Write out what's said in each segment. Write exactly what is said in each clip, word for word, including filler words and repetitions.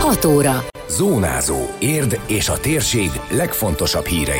hat óra. Zónázó. Érd és a térség legfontosabb hírei.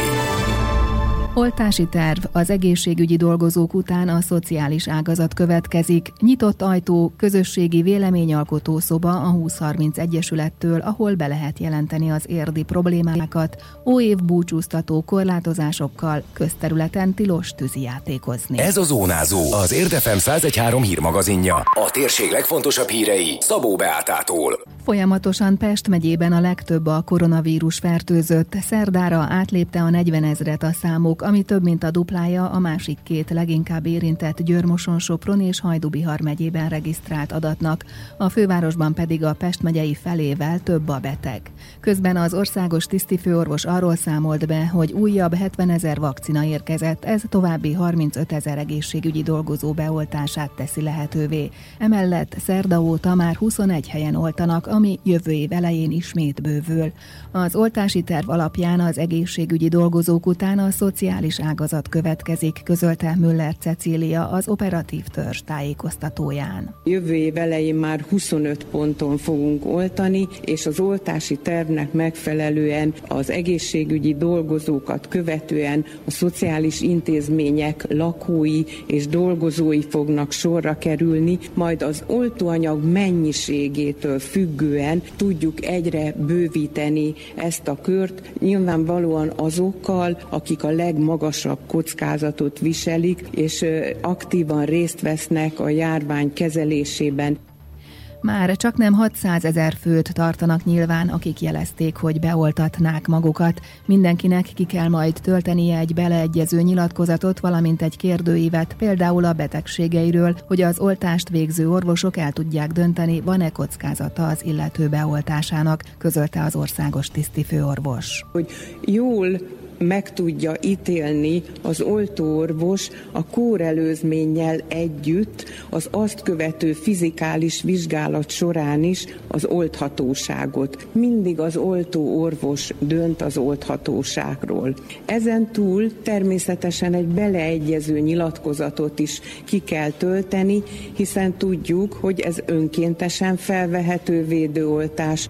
Oltási terv. Az egészségügyi dolgozók után a szociális ágazat következik. Nyitott ajtó, közösségi véleményalkotó szoba a húsz harminc Egyesülettől, ahol be lehet jelenteni az érdi problémákat, óév búcsúztató korlátozásokkal, közterületen tilos tűzijátékozni. Ez a Zónázó, az Érd ef em száz egy három hírmagazinja. A térség legfontosabb hírei Szabó Beátától. Folyamatosan Pest megyében a legtöbb a koronavírus fertőzött. Szerdára átlépte a negyvenezret a számuk, ami több mint a duplája a másik két leginkább érintett Győr-Moson-Sopron és Hajdú-Bihar megyében regisztrált adatnak, a fővárosban pedig a Pest megyei felével több a beteg. Közben az országos tisztifőorvos arról számolt be, hogy újabb hetvenezer vakcina érkezett, ez további harmincötezer egészségügyi dolgozó beoltását teszi lehetővé. Emellett szerda óta már huszonegy helyen oltanak, ami jövő év elején ismét bővül. Az oltási terv alapján az egészségügyi dolgozók után a szociális ágazat következik, közölte Müller Cecília az operatív törzs tájékoztatóján. Jövő év elején már huszonöt ponton fogunk oltani, és az oltási tervnek megfelelően az egészségügyi dolgozókat követően a szociális intézmények lakói és dolgozói fognak sorra kerülni, majd az oltóanyag mennyiségétől függően tudjuk egyre bővíteni ezt a kört, nyilvánvalóan azokkal, akik a legmagasabb kockázatot viselik, és aktívan részt vesznek a járvány kezelésében. Már csaknem hatszázezer főt tartanak nyilván, akik jelezték, hogy beoltatnák magukat. Mindenkinek ki kell majd töltenie egy beleegyező nyilatkozatot, valamint egy kérdőívet, például a betegségeiről, hogy az oltást végző orvosok el tudják dönteni, van-e kockázata az illető beoltásának, közölte az országos tisztifőorvos. Hogy jól meg tudja ítélni az oltóorvos a kórelőzménnyel együtt az azt követő fizikális vizsgálat során is az olthatóságot. Mindig az oltóorvos dönt az olthatóságról. Ezen túl természetesen egy beleegyező nyilatkozatot is ki kell tölteni, hiszen tudjuk, hogy ez önkéntesen felvehető védőoltás.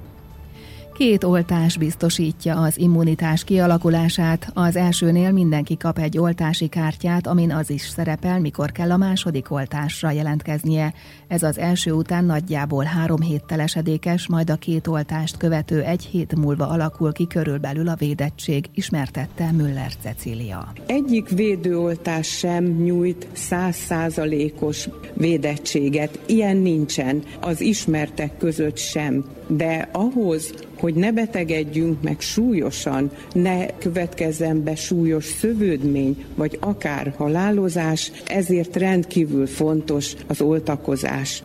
Két oltás biztosítja az immunitás kialakulását. Az elsőnél mindenki kap egy oltási kártyát, amin az is szerepel, mikor kell a második oltásra jelentkeznie. Ez az első után nagyjából három héttel esedékes, majd a két oltást követő egy hét múlva alakul ki körülbelül a védettség, ismertette Müller Cecília. Egyik védőoltás sem nyújt száz százalékos védettséget. Ilyen nincsen, az ismertek között sem. De ahhoz, hogy ne betegedjünk meg súlyosan, ne következzen be súlyos szövődmény, vagy akár halálozás, ezért rendkívül fontos az oltakozás.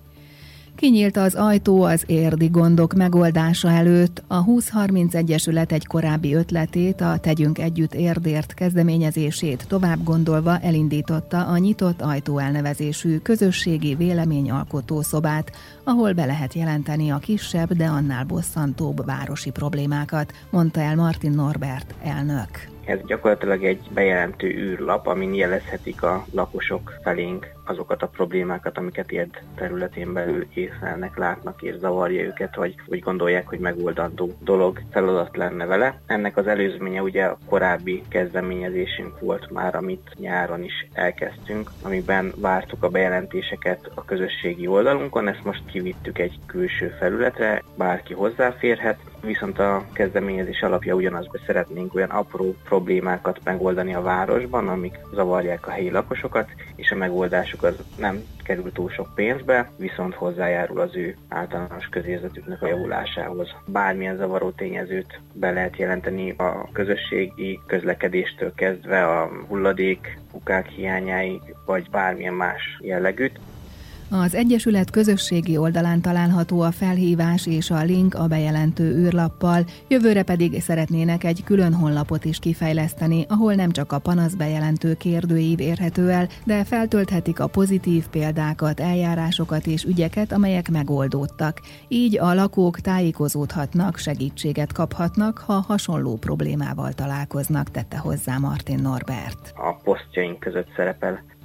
Kinyílt az ajtó az érdi gondok megoldása előtt. A húsz harminc Egyesület egy korábbi ötletét, a Tegyünk Együtt Érdért kezdeményezését tovább gondolva elindította a Nyitott Ajtó elnevezésű közösségi véleményalkotó szobát, ahol be lehet jelenteni a kisebb, de annál bosszantóbb városi problémákat, mondta el Martin Norbert elnök. Ez gyakorlatilag egy bejelentő űrlap, amin jelezhetik a lakosok felénk azokat a problémákat, amiket Érd területén belül észlelnek, látnak és zavarja őket, vagy úgy gondolják, hogy megoldandó dolog, feladat lenne vele. Ennek az előzménye ugye a korábbi kezdeményezésünk volt már, amit nyáron is elkezdtünk, amiben vártuk a bejelentéseket a közösségi oldalunkon, ezt most kivittük egy külső felületre, bárki hozzáférhet, viszont a kezdeményezés alapja ugyanaz, hogy szeretnénk olyan apró problémákat megoldani a városban, amik zavarják a helyi lakosokat, és a megoldásuk az nem kerül túl sok pénzbe, viszont hozzájárul az ő általános közérzetüknek a javulásához. Bármilyen zavaró tényezőt be lehet jelenteni a közösségi közlekedéstől kezdve a hulladék, kukák hiányáig, vagy bármilyen más jellegűt. Az Egyesület közösségi oldalán található a felhívás és a link a bejelentő űrlappal, jövőre pedig szeretnének egy külön honlapot is kifejleszteni, ahol nem csak a panaszbejelentő kérdőív érhető el, de feltölthetik a pozitív példákat, eljárásokat és ügyeket, amelyek megoldódtak. Így a lakók tájékozódhatnak, segítséget kaphatnak, ha hasonló problémával találkoznak, tette hozzá Martin Norbert. A posztjaink között szerepel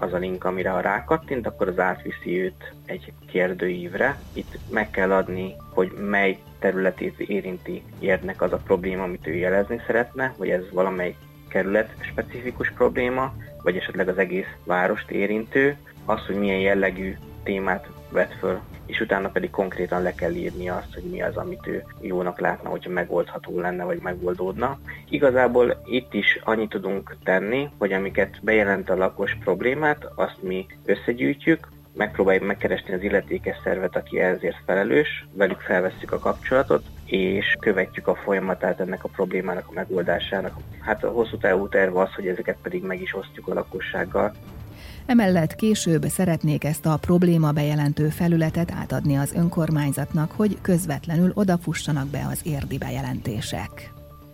az a link, amire ha rákattint, akkor az átviszi őt egy kérdőívre. Itt meg kell adni, hogy mely területét érinti érdnek az a probléma, amit ő jelezni szeretne, vagy ez valamely kerület specifikus probléma, vagy esetleg az egész várost érintő, az, hogy milyen jellegű témát vet föl, és utána pedig konkrétan le kell írni azt, hogy mi az, amit ő jónak látna, hogyha megoldható lenne, vagy megoldódna. Igazából itt is annyit tudunk tenni, hogy amiket bejelent a lakos problémát, azt mi összegyűjtjük, megpróbáljuk megkeresni az illetékes szervet, aki ezért felelős, velük felvesszük a kapcsolatot, és követjük a folyamatát ennek a problémának a megoldásának. Hát a hosszú távú terv az, hogy ezeket pedig meg is osztjuk a lakossággal. Emellett később szeretnék ezt a probléma bejelentő felületet átadni az önkormányzatnak, hogy közvetlenül odafussanak be az érdi bejelentések.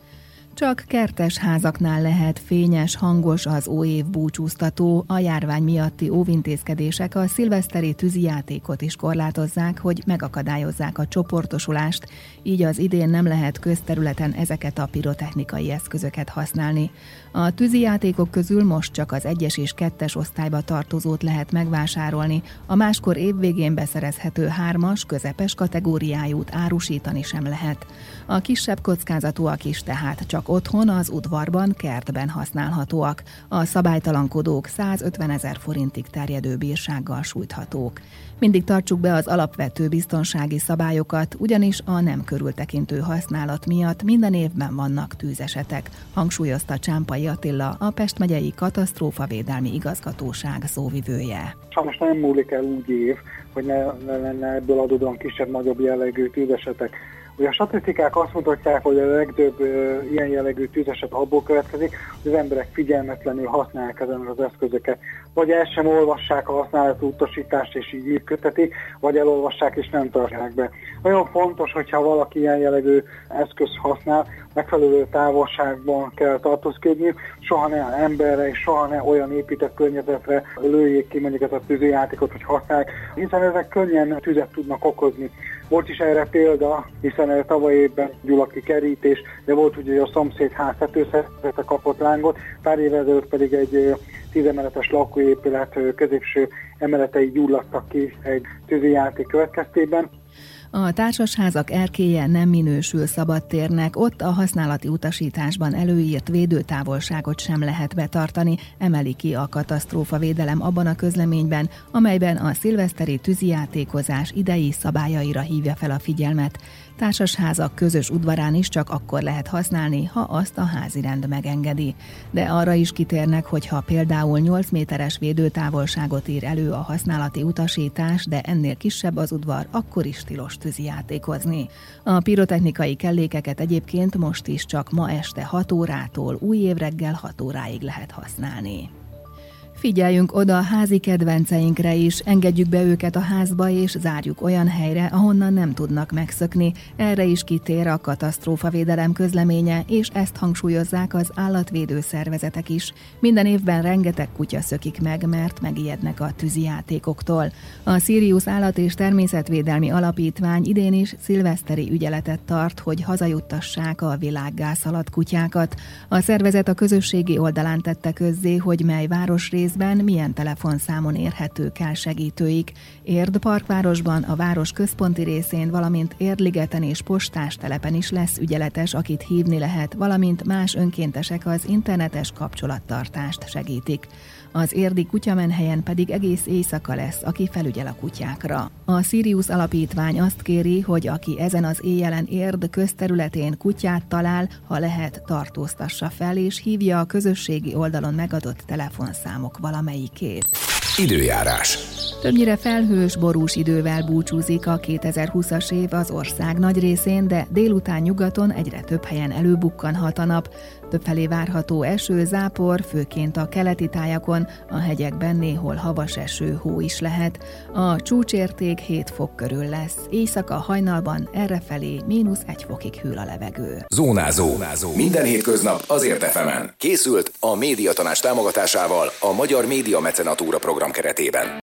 Csak kertes házaknál lehet fényes, hangos az óév búcsúztató, a járvány miatti óvintézkedések a szilveszteri tűzijátékot is korlátozzák, hogy megakadályozzák a csoportosulást, így az idén nem lehet közterületen ezeket a pirotechnikai eszközöket használni. A tűzijátékok közül most csak az egyes és kettes osztályba tartozót lehet megvásárolni, a máskor évvégén beszerezhető hármas, közepes kategóriájút árusítani sem lehet. A kisebb kockázatúak is tehát csak otthon, az udvarban, kertben használhatóak. A szabálytalankodók százötvenezer forintig terjedő bírsággal sújthatók. Mindig tartsuk be az alapvető biztonsági szabályokat, ugyanis a nem körültekintő használat miatt minden évben vannak tűzesetek, hangsúlyozta Csámpai Attila, a Pest megyei katasztrófavédelmi igazgatóság szóvivője. Sajnos nem múlik el úgy év, hogy ne, ne lenne ebből adódóan kisebb-nagyobb jellegű tűzesetek. Ugye a statisztikák azt mutatják, hogy a legtöbb ö, ilyen jellegű tűzeset abból következik, hogy az emberek figyelmetlenül használják ezen az eszközöket. Vagy el sem olvassák a használatú utasítást és így működtetik, vagy elolvassák és nem tartják be. Nagyon fontos, hogyha valaki ilyen jellegű eszköz használ, megfelelő távolságban kell tartózkodni, soha ne emberre és soha ne olyan épített környezetre lőjék ki mondjuk ezt a tűzijátékot, hogy használják, hiszen ezek könnyen tüzet tudnak okozni. Volt is erre példa, hiszen tavaly évben gyulaki kerítés, de volt ugye, hogy a szomszédház tetőszerkezete kapott lángot, pár évvel ezelőtt pedig egy tízemeletes lakóépület középső emeletei gyulladtak ki egy tűzijáték következtében. A társasházak erkélye nem minősül szabadtérnek, ott a használati utasításban előírt védőtávolságot sem lehet betartani, emeli ki a katasztrófavédelem abban a közleményben, amelyben a szilveszteri tűzijátékozás idei szabályaira hívja fel a figyelmet. Társasházak közös udvarán is csak akkor lehet használni, ha azt a házirend megengedi. De arra is kitérnek, hogy ha például nyolc méteres védőtávolságot ír elő a használati utasítás, de ennél kisebb az udvar, akkor is tilos tűzijátékozni. A pirotechnikai kellékeket egyébként most is csak ma este hat órától új év reggel hat óráig lehet használni. Figyeljünk oda a házi kedvenceinkre is, engedjük be őket a házba és zárjuk olyan helyre, ahonnan nem tudnak megszökni. Erre is kitér a katasztrófavédelem közleménye, és ezt hangsúlyozzák az állatvédő szervezetek is. Minden évben rengeteg kutya szökik meg, mert megijednek a tűzijátékoktól. A Sirius Állat- és Természetvédelmi Alapítvány idén is szilveszteri ügyeletet tart, hogy hazajuttassák a világgázhalat kutyákat. A szervezet a közösségi oldalán tette közzé, hogy mely városrész milyen telefonszámon érhetők el segítőik. Érd parkvárosban, a város központi részén, valamint Érdligeten és postástelepen is lesz ügyeletes, akit hívni lehet, valamint más önkéntesek az internetes kapcsolattartást segítik. Az érdi kutyamenhelyen pedig egész éjszaka lesz, aki felügyel a kutyákra. A Sirius Alapítvány azt kéri, hogy aki ezen az éjjelen Érd közterületén kutyát talál, ha lehet, tartóztassa fel és hívja a közösségi oldalon megadott telefonszámok valamelyikét. Időjárás. Többnyire felhős, borús idővel búcsúzik a kétezer-húszas év az ország nagy részén, de délután nyugaton egyre több helyen előbukkanhat a nap. Többfelé várható eső, zápor, főként a keleti tájakon, a hegyekben néhol havas eső, hó is lehet. A csúcsérték hét fok körül lesz. Éjszaka hajnalban errefelé mínusz egy fokig hűl a levegő. Zónázó. Zónázó. Minden hétköznap az Ért ef emen. Készült a Médiatanács támogatásával a Magyar Média Mecenatúra program keretében.